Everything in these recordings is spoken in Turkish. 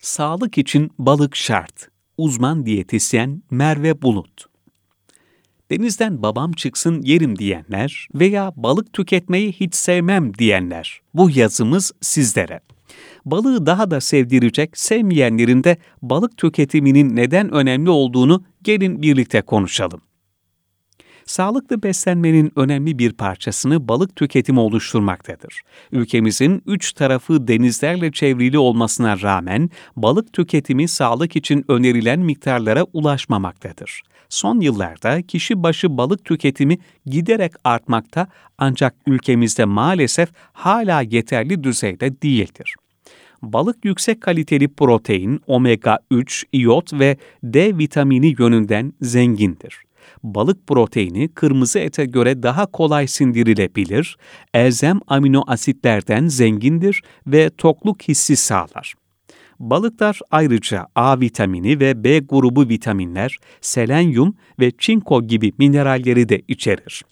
Sağlık için balık şart. Uzman diyetisyen Merve Bulut. Denizden babam çıksın yerim diyenler veya balık tüketmeyi hiç sevmem diyenler. Bu yazımız sizlere. Balığı daha da sevdirecek sevmeyenlerin de balık tüketiminin neden önemli olduğunu gelin birlikte konuşalım. Sağlıklı beslenmenin önemli bir parçasını balık tüketimi oluşturmaktadır. Ülkemizin 3 tarafı denizlerle çevrili olmasına rağmen balık tüketimi sağlık için önerilen miktarlara ulaşmamaktadır. Son yıllarda kişi başı balık tüketimi giderek artmakta ancak ülkemizde maalesef hala yeterli düzeyde değildir. Balık yüksek kaliteli protein, omega 3, iyot ve D vitamini yönünden zengindir. Balık proteini kırmızı ete göre daha kolay sindirilebilir, elzem amino asitlerden zengindir ve tokluk hissi sağlar. Balıklar ayrıca A vitamini ve B grubu vitaminler, selenyum ve çinko gibi mineralleri de içerir.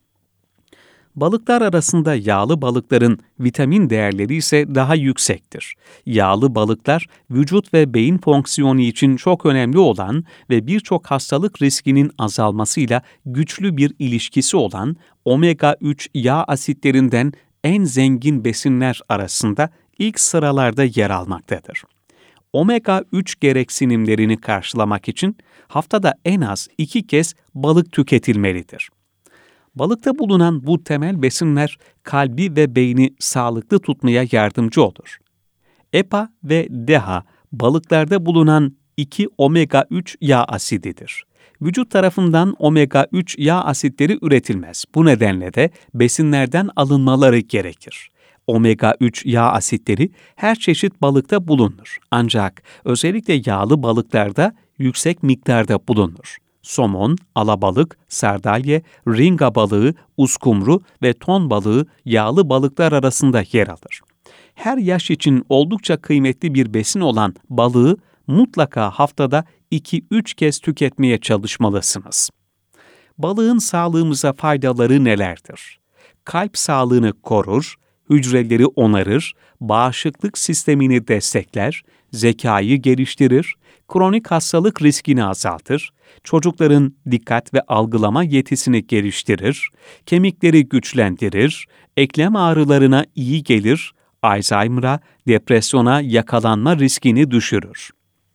Balıklar arasında yağlı balıkların vitamin değerleri ise daha yüksektir. Yağlı balıklar vücut ve beyin fonksiyonu için çok önemli olan ve birçok hastalık riskinin azalmasıyla güçlü bir ilişkisi olan omega 3 yağ asitlerinden en zengin besinler arasında ilk sıralarda yer almaktadır. Omega 3 gereksinimlerini karşılamak için haftada en az 2 kez balık tüketilmelidir. Balıkta bulunan bu temel besinler kalbi ve beyni sağlıklı tutmaya yardımcı olur. EPA ve DHA balıklarda bulunan 2 omega 3 yağ asididir. Vücut tarafından omega 3 yağ asitleri üretilmez. Bu nedenle de besinlerden alınmaları gerekir. Omega 3 yağ asitleri her çeşit balıkta bulunur. Ancak özellikle yağlı balıklarda yüksek miktarda bulunur. Somon, alabalık, sardalya, ringa balığı, uskumru ve ton balığı yağlı balıklar arasında yer alır. Her yaş için oldukça kıymetli bir besin olan balığı mutlaka haftada 2-3 kez tüketmeye çalışmalısınız. Balığın sağlığımıza faydaları nelerdir? Kalp sağlığını korur, hücreleri onarır, bağışıklık sistemini destekler, zekayı geliştirir, kronik hastalık riskini azaltır, çocukların dikkat ve algılama yetisini geliştirir, kemikleri güçlendirir, eklem ağrılarına iyi gelir, Alzheimer'a, depresyona yakalanma riskini düşürür.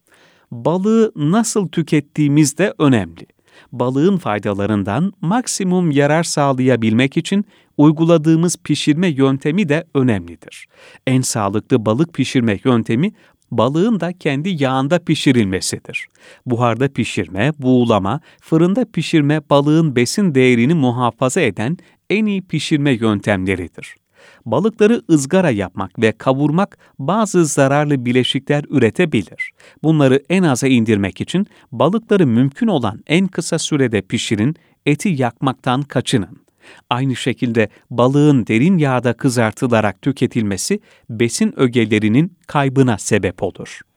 Balığı nasıl tükettiğimiz de önemli. Balığın faydalarından maksimum yarar sağlayabilmek için uyguladığımız pişirme yöntemi de önemlidir. En sağlıklı balık pişirme yöntemi balığın da kendi yağında pişirilmesidir. Buharda pişirme, buğulama, fırında pişirme balığın besin değerini muhafaza eden en iyi pişirme yöntemleridir. Balıkları ızgara yapmak ve kavurmak bazı zararlı bileşikler üretebilir. Bunları en aza indirmek için balıkları mümkün olan en kısa sürede pişirin, eti yakmaktan kaçının. Aynı şekilde balığın derin yağda kızartılarak tüketilmesi besin ögelerinin kaybına sebep olur.